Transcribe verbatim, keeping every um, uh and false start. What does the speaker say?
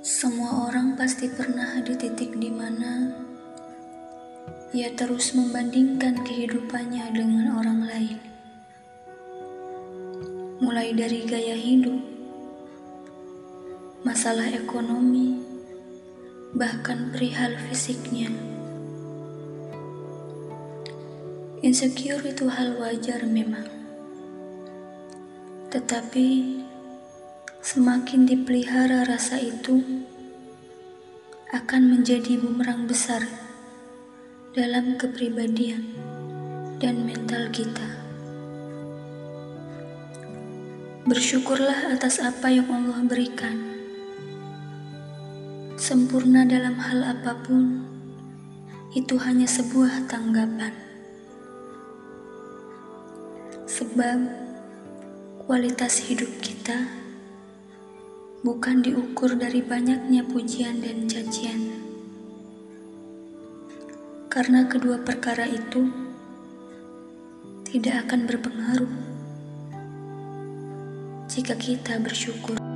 Semua orang pasti pernah di titik di mana ia terus membandingkan kehidupannya dengan orang lain. Mulai dari gaya hidup, masalah ekonomi, bahkan perihal fisiknya. Insecure itu hal wajar memang. Tetapi semakin dipelihara rasa itu akan menjadi bumerang besar dalam kepribadian dan mental kita. Bersyukurlah atas apa yang Allah berikan. Sempurna dalam hal apapun, itu hanya sebuah tanggapan. Sebab kualitas hidup kita bukan diukur dari banyaknya pujian dan cacian. Karena kedua perkara itu tidak akan berpengaruh jika kita bersyukur.